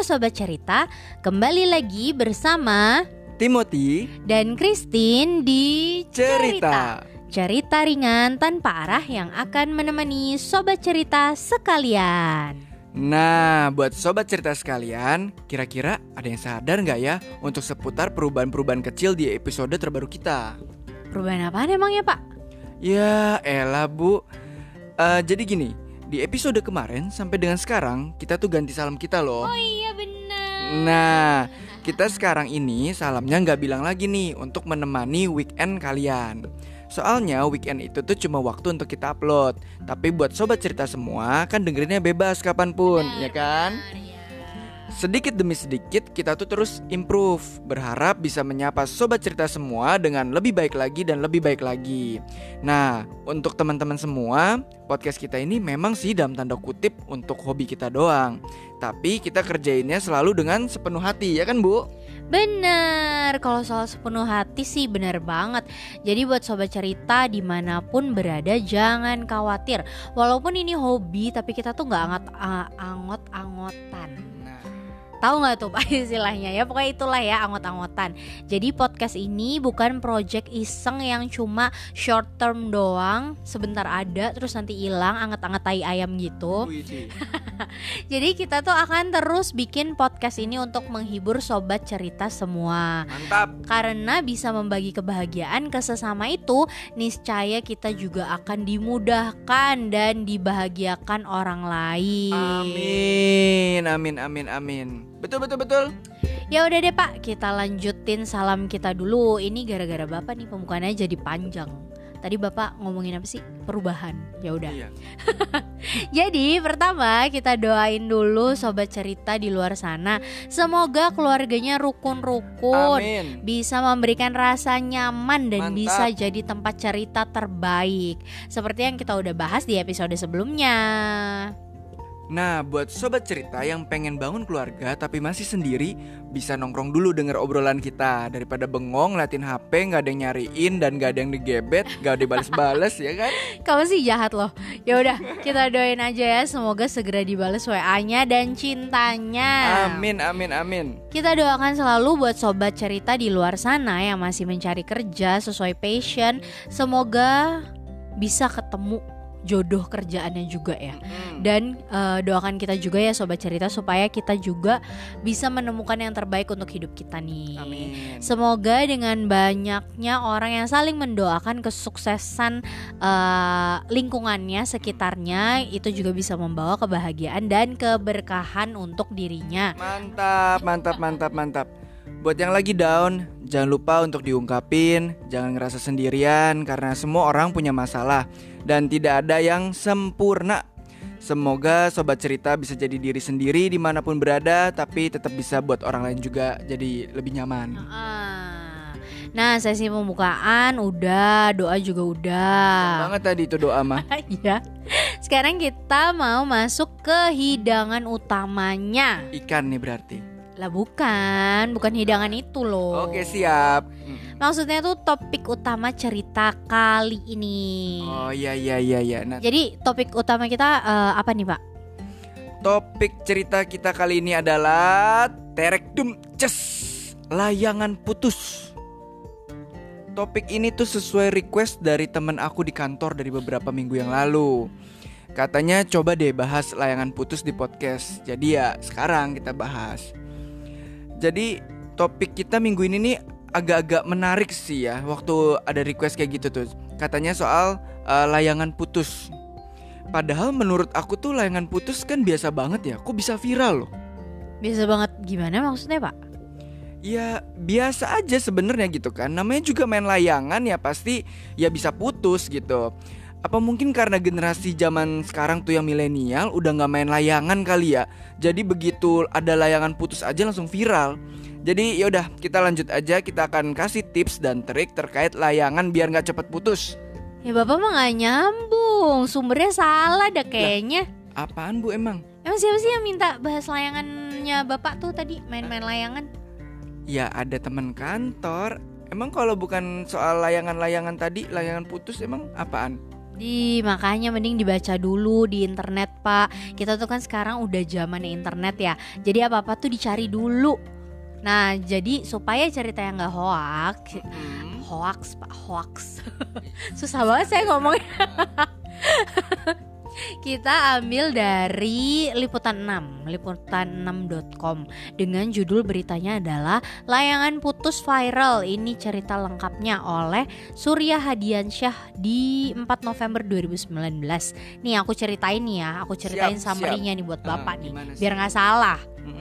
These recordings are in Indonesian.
Halo Sobat Cerita, kembali lagi bersama Timothy dan Christine di Cerita. Cerita ringan tanpa arah yang akan menemani Sobat Cerita sekalian. Nah, buat Sobat Cerita sekalian, kira-kira ada yang sadar nggak ya untuk seputar perubahan-perubahan kecil di episode terbaru kita? Perubahan apaan emangnya Pak? Ya elah Bu. Jadi gini, di episode kemarin sampai dengan sekarang kita tuh ganti salam kita loh. Oh iya benar. Nah, kita sekarang ini salamnya nggak bilang lagi nih untuk menemani weekend kalian. Soalnya weekend itu tuh cuma waktu untuk kita upload. Tapi buat Sobat Cerita semua kan dengerinnya bebas kapanpun, ya kan? Sedikit demi sedikit kita tuh terus improve. Berharap bisa menyapa Sobat Cerita semua dengan lebih baik lagi dan lebih baik lagi. Nah, untuk teman-teman semua, podcast kita ini memang sih dalam tanda kutip untuk hobi kita doang. Tapi kita kerjainnya selalu dengan sepenuh hati, ya kan Bu? Bener, kalau soal sepenuh hati sih bener banget. Jadi buat Sobat Cerita dimanapun berada jangan khawatir. Walaupun ini hobi tapi kita tuh gak angot-angotan. Tahu nggak tuh Pak istilahnya ya, pokoknya itulah ya, angot-angotan. Jadi podcast ini bukan project iseng yang cuma short term doang, sebentar ada terus nanti hilang, anget-anget tai ayam gitu. Jadi kita tuh akan terus bikin podcast ini untuk menghibur Sobat Cerita semua. Mantap. Karena bisa membagi kebahagiaan ke sesama itu, niscaya kita juga akan dimudahkan dan dibahagiakan orang lain. Amin. Betul. Ya udah deh Pak, kita lanjutin salam kita dulu. Ini gara-gara Bapak nih pembukaannya jadi panjang. Tadi Bapak ngomongin apa sih? Perubahan. Ya udah. Iya. Jadi pertama kita doain dulu Sobat Cerita di luar sana. Semoga keluarganya rukun-rukun. Amin. Bisa memberikan rasa nyaman dan Mantap. bisa jadi tempat cerita terbaik. Seperti yang kita udah bahas di episode sebelumnya. Nah, buat Sobat Cerita yang pengen bangun keluarga tapi masih sendiri, bisa nongkrong dulu denger obrolan kita. Daripada bengong, ngeliatin HP, gak ada yang nyariin dan gak ada yang digebet, gak ada dibales-bales, ya kan? Kamu sih jahat loh. Ya udah, kita doain aja ya, semoga segera dibales WA-nya dan cintanya. Amin. Kita doakan selalu buat Sobat Cerita di luar sana yang masih mencari kerja sesuai passion. Semoga bisa ketemu jodoh kerjaannya juga ya. Dan doakan kita juga ya Sobat Cerita supaya kita juga bisa menemukan yang terbaik untuk hidup kita nih. Amin. Semoga dengan banyaknya orang yang saling mendoakan kesuksesan lingkungannya, sekitarnya, itu juga bisa membawa kebahagiaan dan keberkahan untuk dirinya. Mantap. Buat yang lagi down, jangan lupa untuk diungkapin. Jangan ngerasa sendirian karena semua orang punya masalah dan tidak ada yang sempurna. Semoga Sobat Cerita bisa jadi diri sendiri dimanapun berada, tapi tetap bisa buat orang lain juga jadi lebih nyaman. Nah, sesi pembukaan udah, doa juga udah. Keren banget tadi itu doa mah. Iya. Sekarang kita mau masuk ke hidangan utamanya. Ikan nih berarti. Lah bukan hidangan itu loh. Oke, siap. Maksudnya tuh topik utama cerita kali ini. Oh iya. Nah, jadi topik utama kita apa nih Pak? topik cerita kita kali ini adalah Terekdum Ces, layangan putus. Topik ini tuh sesuai request dari temen aku di kantor dari beberapa minggu yang lalu. Katanya coba deh bahas layangan putus di podcast. Jadi ya sekarang kita bahas. Jadi topik kita minggu ini nih agak-agak menarik sih ya. Waktu ada request kayak gitu tuh, katanya soal layangan putus. Padahal menurut aku tuh layangan putus kan biasa banget ya. Kok bisa viral loh? Biasa banget gimana maksudnya Pak? Ya biasa aja sebenarnya gitu kan. Namanya juga main layangan, ya pasti ya bisa putus gitu. Apa mungkin karena generasi zaman sekarang tuh yang milenial udah gak main layangan kali ya. Jadi begitu ada layangan putus aja langsung viral. Jadi yaudah kita lanjut aja. Kita akan kasih tips dan trik terkait layangan biar gak cepet putus. Ya Bapak mah gak nyambung, sumbernya salah dah kayaknya. Apaan Bu emang? Emang siapa sih yang minta bahas layangannya Bapak tuh tadi, main-main layangan? Ya ada teman kantor. Emang kalau bukan soal layangan-layangan tadi, layangan putus emang apaan? Makanya mending dibaca dulu di internet, Pak. Kita tuh kan sekarang udah zamannya internet ya. Jadi apa-apa tuh dicari dulu. Nah, jadi supaya cerita yang gak hoax, Pak, hoax. Susah banget saya ngomongnya. Kita ambil dari liputan6.com dengan judul beritanya adalah Layangan Putus Viral. Ini cerita lengkapnya oleh Surya Hadiansyah di 4 November 2019. Nih aku ceritain nih ya, aku ceritain summary-nya nih buat Bapak nih, biar gak salah.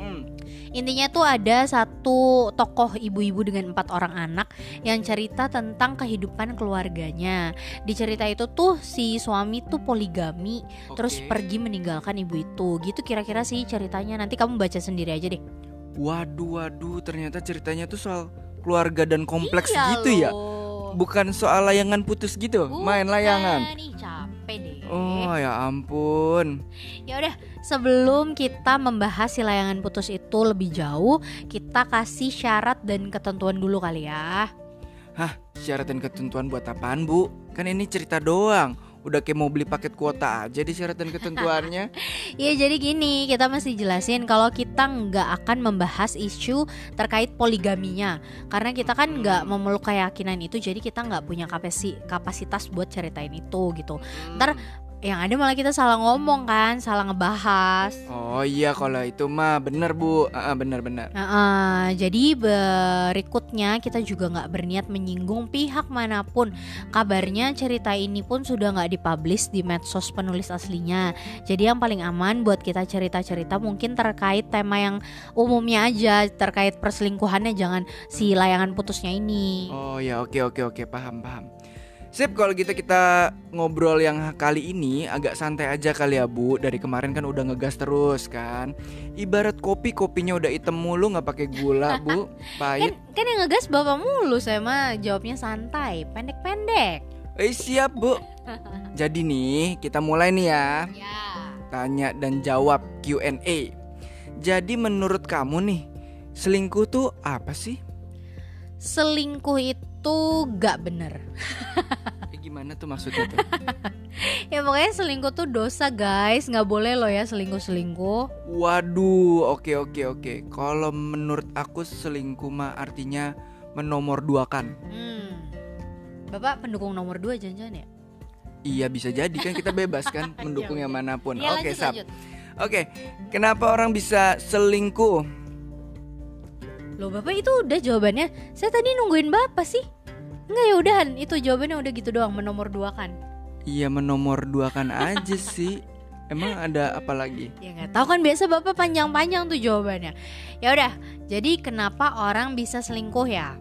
Intinya tuh ada satu tokoh ibu-ibu dengan 4 orang anak yang cerita tentang kehidupan keluarganya. Di cerita itu tuh si suami tuh poligami, terus pergi meninggalkan ibu itu. Gitu kira-kira sih ceritanya. Nanti kamu baca sendiri aja deh. Waduh, ternyata ceritanya tuh soal keluarga dan kompleks gitu loh. ya. Bukan soal layangan putus gitu, main layangan. Nih capek deh. Oh ya ampun. Ya udah, sebelum kita membahas si layangan putus itu lebih jauh, kita kasih syarat dan ketentuan dulu kali ya. Hah, syarat dan ketentuan buat apaan, Bu? Kan ini cerita doang. Udah kayak mau beli paket kuota aja di syarat dan ketentuannya. Ya jadi gini, kita mesti jelasin kalau kita nggak akan membahas isu terkait poligaminya, karena kita kan nggak memeluk keyakinan itu, jadi kita nggak punya kapasitas buat ceritain itu gitu. Ntar yang ada malah kita salah ngomong kan, salah ngebahas. Oh iya, kalau itu mah bener Bu, bener. Jadi berikutnya kita juga nggak berniat menyinggung pihak manapun. Kabarnya cerita ini pun sudah nggak dipublish di medsos penulis aslinya. Jadi yang paling aman buat kita cerita-cerita mungkin terkait tema yang umumnya aja, terkait perselingkuhannya, jangan si layangan putusnya ini. Oh ya, oke, paham. Sip, kalau gitu kita ngobrol yang kali ini agak santai aja kali ya Bu. Dari kemarin kan udah ngegas terus kan. Ibarat kopinya udah hitam mulu, nggak pakai gula Bu, pahit. Kan yang ngegas Bapak mulu, saya mah jawabnya santai, pendek-pendek. Siap Bu. Jadi nih kita mulai nih ya. Tanya dan jawab Q&A. Jadi menurut kamu nih, selingkuh tuh apa sih? Selingkuh itu gak bener. Gimana tuh maksudnya tuh? Ya pokoknya selingkuh tuh dosa guys, gak boleh loh ya selingkuh. Waduh, oke. Kalau menurut aku selingkuh mah artinya menomorduakan. Bapak pendukung nomor 2 jangan-jangan ya? Iya bisa jadi, kan kita bebas kan mendukung yang manapun. Ya, Oke, lanjut. Oke, kenapa orang bisa selingkuh? Loh Bapak itu udah jawabannya. Saya tadi nungguin Bapak sih. Enggak, ya udahan, itu jawabannya udah gitu doang, menomorduakan. Iya, menomorduakan aja sih. Emang ada apa lagi? Ya nggak tahu kan, biasa Bapak panjang-panjang tuh jawabannya. Ya udah, jadi kenapa orang bisa selingkuh ya?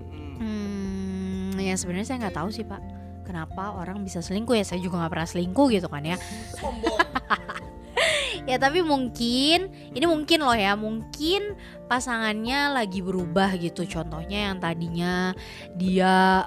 Ya sebenarnya saya nggak tahu sih Pak. Kenapa orang bisa selingkuh ya? Saya juga nggak pernah selingkuh gitu kan ya. Ya tapi mungkin pasangannya lagi berubah gitu. Contohnya yang tadinya dia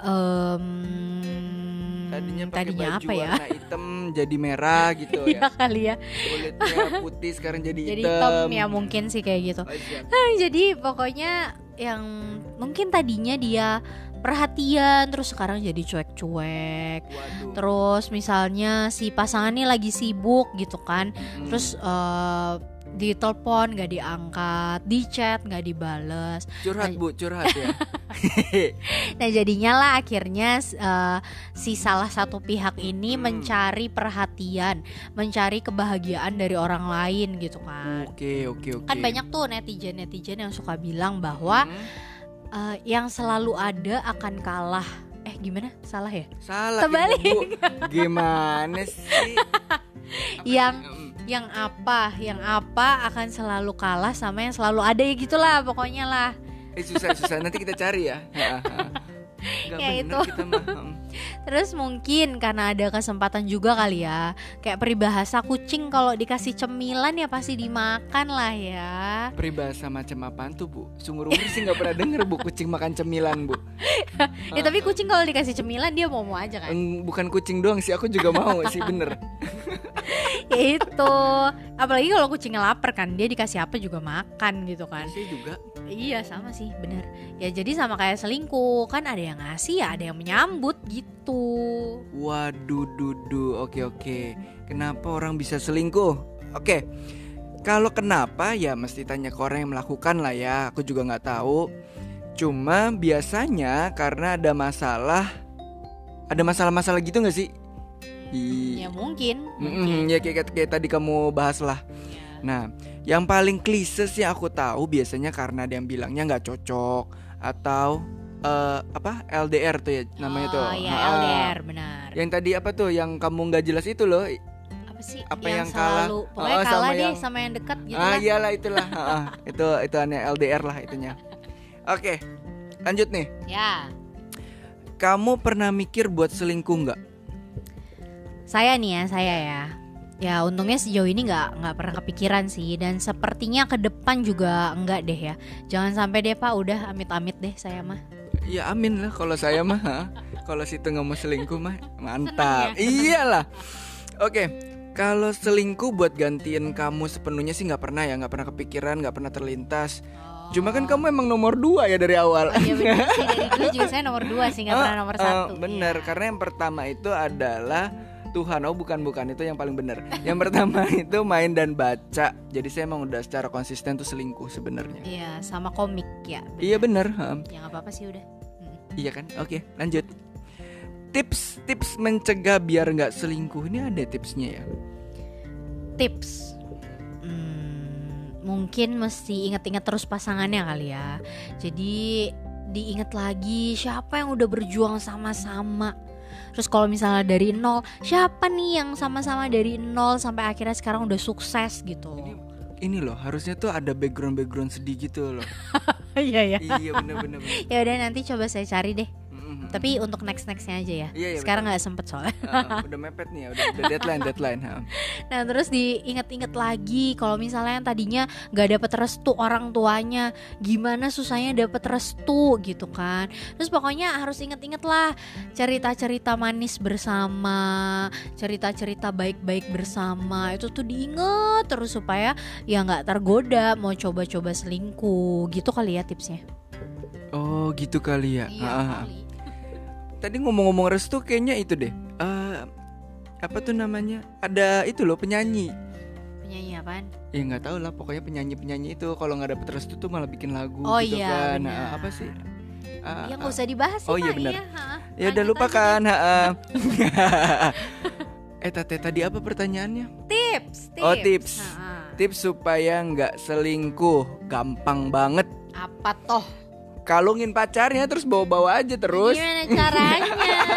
tadinya apa ya? Warna hitam jadi merah gitu ya. Iya kali ya. Kulitnya putih sekarang jadi hitam ya, mungkin sih kayak gitu. Jadi pokoknya yang mungkin tadinya dia perhatian terus sekarang jadi cuek-cuek. Waduh. Terus misalnya si pasangannya lagi sibuk gitu kan. Terus ditelepon gak diangkat, di chat gak dibales. Curhat ya. Nah jadinya lah akhirnya si salah satu pihak ini mencari perhatian, mencari kebahagiaan dari orang lain gitu kan. Oke. Kan banyak tuh netizen yang suka bilang bahwa yang selalu ada akan kalah. Gimana? Salah ya? Salah. Terbalik. Bu. Gimana sih? Yang apa akan selalu kalah sama yang selalu ada, ya gitulah pokoknya lah. Susah nanti kita cari ya. Gak ya bener itu. Kita mah. Terus mungkin karena ada kesempatan juga kali ya. Kayak peribahasa kucing kalau dikasih cemilan ya pasti dimakan lah ya. Peribahasa macam apaan tuh Bu? Sumur-umur sih gak pernah denger Bu kucing makan cemilan Bu. Ya tapi kucing kalau dikasih cemilan dia mau aja kan. Bukan kucing doang sih, aku juga mau sih, bener. Ya itu. Apalagi kalau kucingnya lapar kan, dia dikasih apa juga makan gitu kan. Saya juga. Iya sama sih, bener. Ya jadi sama kayak selingkuh, kan ada yang ngasih ya ada yang menyambut gitu. Waduh, dudu. Oke. Kenapa orang bisa selingkuh? Oke. Kalau kenapa ya mesti tanya ke orang yang melakukan lah ya. Aku juga nggak tahu. Cuma biasanya karena ada masalah-masalah gitu nggak sih? Ya mungkin. Ya kayak tadi kamu bahas lah. Nah, yang paling klise sih aku tahu biasanya karena ada yang bilangnya nggak cocok atau LDR tuh ya namanya tuh. Iya LDR benar. Yang tadi apa tuh yang kamu nggak jelas itu loh? Apa sih? Apa yang selalu, kalah? pokoknya kalah deh sama yang dekat gitu lah. Iyalah itulah. Itu aneh LDR lah itunya. Oke, lanjut nih. Ya. Kamu pernah mikir buat selingkuh nggak? Saya ya. Ya untungnya sejauh ini nggak pernah kepikiran sih. Dan sepertinya ke depan juga enggak deh ya. Jangan sampai deh Pak, udah amit-amit deh saya mah. Ya amin lah kalau saya mah. Kalau situ nggak mau selingkuh mah mantap. Seneng ya? Iyalah. Oke, kalau selingkuh buat gantiin kamu sepenuhnya sih nggak pernah kepikiran, nggak pernah terlintas. Cuma kan kamu emang nomor 2 ya dari awal. Iya benar sih, dari dulu juga saya nomor 2 sih, nggak pernah nomor 1. Bener, karena yang pertama itu adalah Tuhan. Bukan itu yang paling benar. Yang pertama itu main dan baca. Jadi saya emang udah secara konsisten tuh selingkuh sebenarnya. Iya, sama komik ya. Bener. Iya bener. Ya nggak apa-apa sih udah. Iya kan? Oke, lanjut. Tips mencegah biar nggak selingkuh ini ada tipsnya ya? Tips mungkin mesti ingat-ingat terus pasangannya kali ya. Jadi diingat lagi siapa yang udah berjuang sama-sama. Terus kalau misalnya dari nol, siapa nih yang sama-sama dari nol sampai akhirnya sekarang udah sukses gitu. Ini loh, harusnya tuh ada background sedih gitu loh. Iya. Iya bener. Ya udah nanti coba saya cari deh. Tapi untuk nextnya aja ya. Iya, sekarang nggak sempet soalnya. Udah mepet nih ya, udah deadline. Nah terus diinget-inget lagi kalau misalnya yang tadinya nggak dapet restu orang tuanya, gimana susahnya dapet restu gitu kan. Terus pokoknya harus inget-inget lah cerita-cerita manis bersama, cerita-cerita baik-baik bersama. Itu tuh diinget terus supaya ya nggak tergoda mau coba-coba selingkuh gitu kali ya tipsnya. Oh gitu kali ya. Iya kali. Tadi ngomong-ngomong restu kayaknya itu deh. Apa tuh namanya? Ada itu loh penyanyi. Penyanyi apaan? Ya nggak tahu lah. Pokoknya penyanyi itu kalau nggak dapet restu tuh malah bikin lagu. Oh gitu iya. kan. Benar. Apa sih? Ya nggak usah dibahas sih. Oh iya Pak. benar. Iya, ya udah lupakan. Tadi apa pertanyaannya? Tips. Oh tips. Tips supaya nggak selingkuh. Gampang banget. Apa toh? Kalungin pacarnya terus bawa-bawa aja terus. Gimana caranya?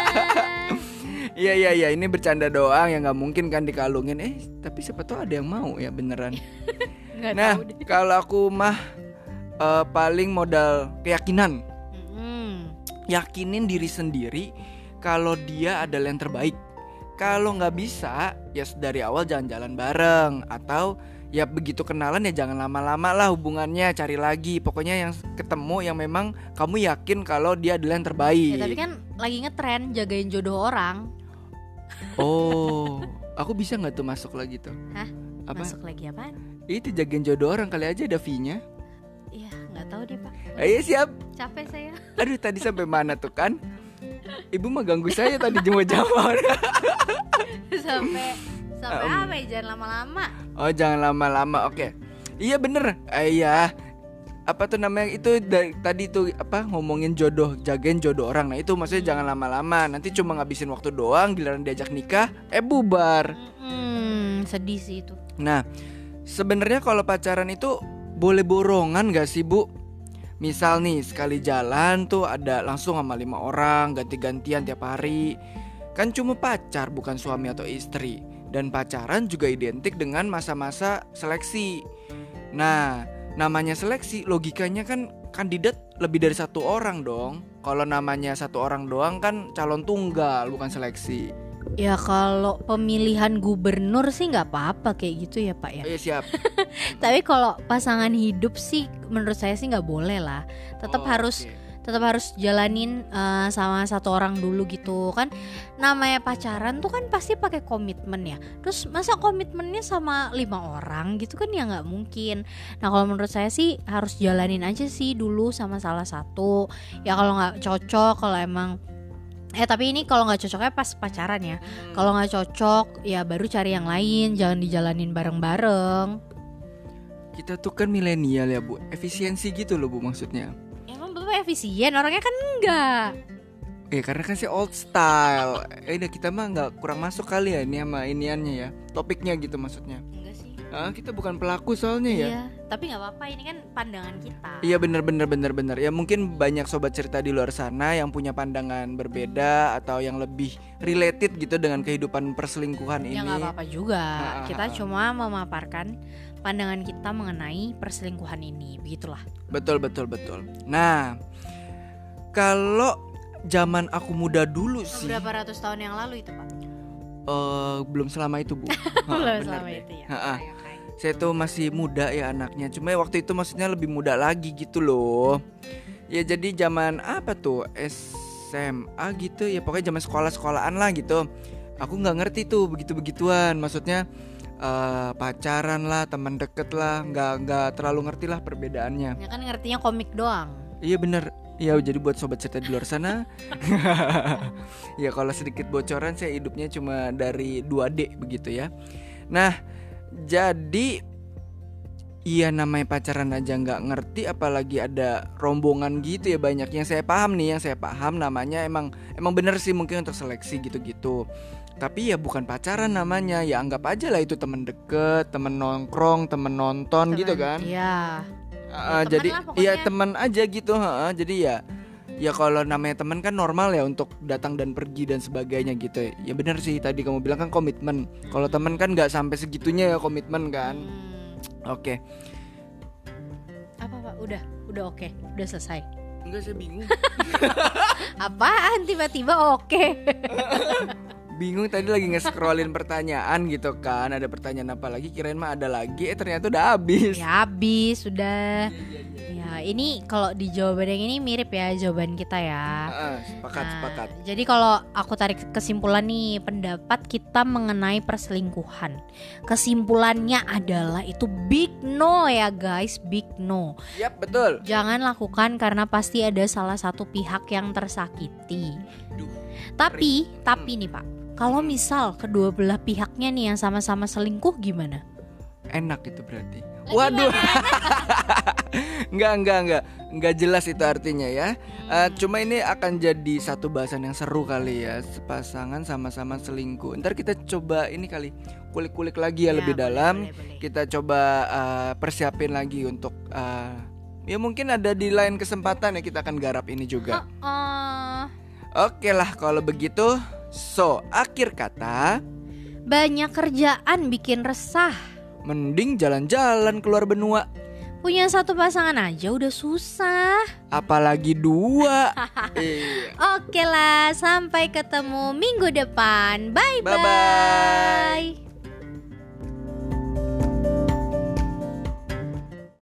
Iya ini bercanda doang ya nggak mungkin kan dikalungin. Tapi siapa tahu ada yang mau ya beneran. Nah kalau aku mah paling modal keyakinan. Yakinin diri sendiri kalau dia adalah yang terbaik. Kalau nggak bisa ya dari awal jangan jalan bareng atau ya begitu kenalan ya jangan lama-lama lah hubungannya, cari lagi. Pokoknya yang ketemu yang memang kamu yakin kalau dia adalah yang terbaik. Ya tapi kan lagi ngetren jagain jodoh orang. Oh, aku bisa nggak tuh masuk lagi tuh? Hah? Apa? Masuk lagi apaan? Itu jagain jodoh orang kali aja ada fee-nya. Iya nggak tahu deh Pak. Ayo siap. Capek saya. Aduh tadi sampai mana tuh kan? Ibu mah ganggu saya tadi jawab. Sampai apa ya, jangan lama-lama. Oh jangan lama-lama, oke. Iya bener, iya. Apa tuh namanya itu tadi tuh apa ngomongin jodoh, jagain jodoh orang. Nah itu maksudnya jangan lama-lama. Nanti cuma ngabisin waktu doang, giliran diajak nikah, bubar. Sedih sih itu. Nah sebenarnya kalau pacaran itu boleh borongan gak sih Bu? Misal nih sekali jalan tuh ada langsung sama 5 orang, ganti-gantian tiap hari. Kan cuma pacar bukan suami atau istri. Dan pacaran juga identik dengan masa-masa seleksi. Nah, namanya seleksi logikanya kan kandidat lebih dari 1 orang dong. Kalau namanya 1 orang doang kan calon tunggal bukan seleksi. Ya kalau pemilihan gubernur sih nggak apa-apa kayak gitu ya Pak ya. Iya siap. Tapi kalau pasangan hidup sih menurut saya sih nggak boleh lah. Tetap tetap harus jalanin sama satu orang dulu gitu kan. Namanya pacaran tuh kan pasti pakai komitmen ya. Terus masa komitmennya sama 5 orang gitu kan ya nggak mungkin. Nah kalau menurut saya sih harus jalanin aja sih dulu sama salah satu. Ya kalau nggak cocok, kalau emang tapi ini kalau nggak cocoknya pas pacaran ya. Kalau nggak cocok ya baru cari yang lain, jangan dijalanin bareng-bareng. Kita tuh kan milenial ya Bu, efisiensi gitu loh Bu maksudnya. Emang Bapak efisien, orangnya kan enggak. Karena kan sih old style. Kita mah nggak kurang masuk kali ya ini sama iniannya ya, topiknya gitu maksudnya. Enggak sih. Kita bukan pelaku soalnya ya. Iya, tapi nggak apa-apa, ini kan pandangan kita. Iya bener. Ya mungkin banyak sobat cerita di luar sana yang punya pandangan berbeda atau yang lebih related gitu dengan kehidupan perselingkuhan ini. Ya nggak apa-apa juga. Kita cuma memaparkan pandangan kita mengenai perselingkuhan ini, begitulah. Betul. Nah, kalau zaman aku muda dulu sih. Berapa ratus tahun yang lalu itu Pak? Belum selama itu Bu. Belum selama itu ya. Okay. Saya tuh masih muda ya anaknya. Cuma waktu itu maksudnya lebih muda lagi gitu loh. Ya jadi zaman apa tuh, SMA gitu ya, pokoknya zaman sekolah-sekolahan lah gitu. Aku nggak ngerti tuh begitu-begituan. Maksudnya pacaran lah, teman deket lah, nggak terlalu ngerti lah perbedaannya. Ya kan ngertinya komik doang. Iya bener. Ya jadi buat sobat cerita di luar sana ya kalau sedikit bocoran, saya hidupnya cuma dari 2D begitu ya. Nah jadi iya namanya pacaran aja nggak ngerti, apalagi ada rombongan gitu ya banyak. Yang saya paham namanya emang bener sih mungkin untuk seleksi gitu-gitu. Tapi ya bukan pacaran namanya, ya anggap aja lah itu temen deket, temen nongkrong, temen nonton gitu kan. Iya. Jadi ya teman aja gitu. Jadi ya kalau namanya teman kan normal ya untuk datang dan pergi dan sebagainya gitu. Ya benar sih tadi kamu bilang kan komitmen. Kalau teman kan nggak sampai segitunya ya komitmen kan. Oke. Apa Pak? Udah oke. Udah selesai. Enggak, saya bingung. Apaan tiba-tiba oke? Bingung tadi lagi nge-scrollin pertanyaan gitu kan. Ada pertanyaan apa lagi, kirain mah ada lagi, ternyata udah habis. Ya habis sudah. Ya ini kalau di jawaban yang ini mirip ya jawaban kita ya. Sepakat. Jadi kalau aku tarik kesimpulan nih, pendapat kita mengenai perselingkuhan, kesimpulannya adalah itu big no ya guys, big no. Yap, betul. Jangan lakukan karena pasti ada salah satu pihak yang tersakiti. Tapi nih Pak, kalau misal kedua belah pihaknya nih yang sama-sama selingkuh gimana? Enak itu berarti. Waduh. Enggak jelas itu artinya ya. Cuma ini akan jadi satu bahasan yang seru kali ya, pasangan sama-sama selingkuh. Ntar kita coba ini kali kulik-kulik lagi ya lebih dalam. Boleh. Kita coba persiapin lagi untuk ya mungkin ada di lain kesempatan ya kita akan garap ini juga. Oke lah kalau begitu. So, akhir kata, banyak kerjaan bikin resah. Mending jalan-jalan keluar benua. Punya satu pasangan aja udah susah, apalagi 2. Oke lah, sampai ketemu minggu depan. Bye-bye. Bye-bye.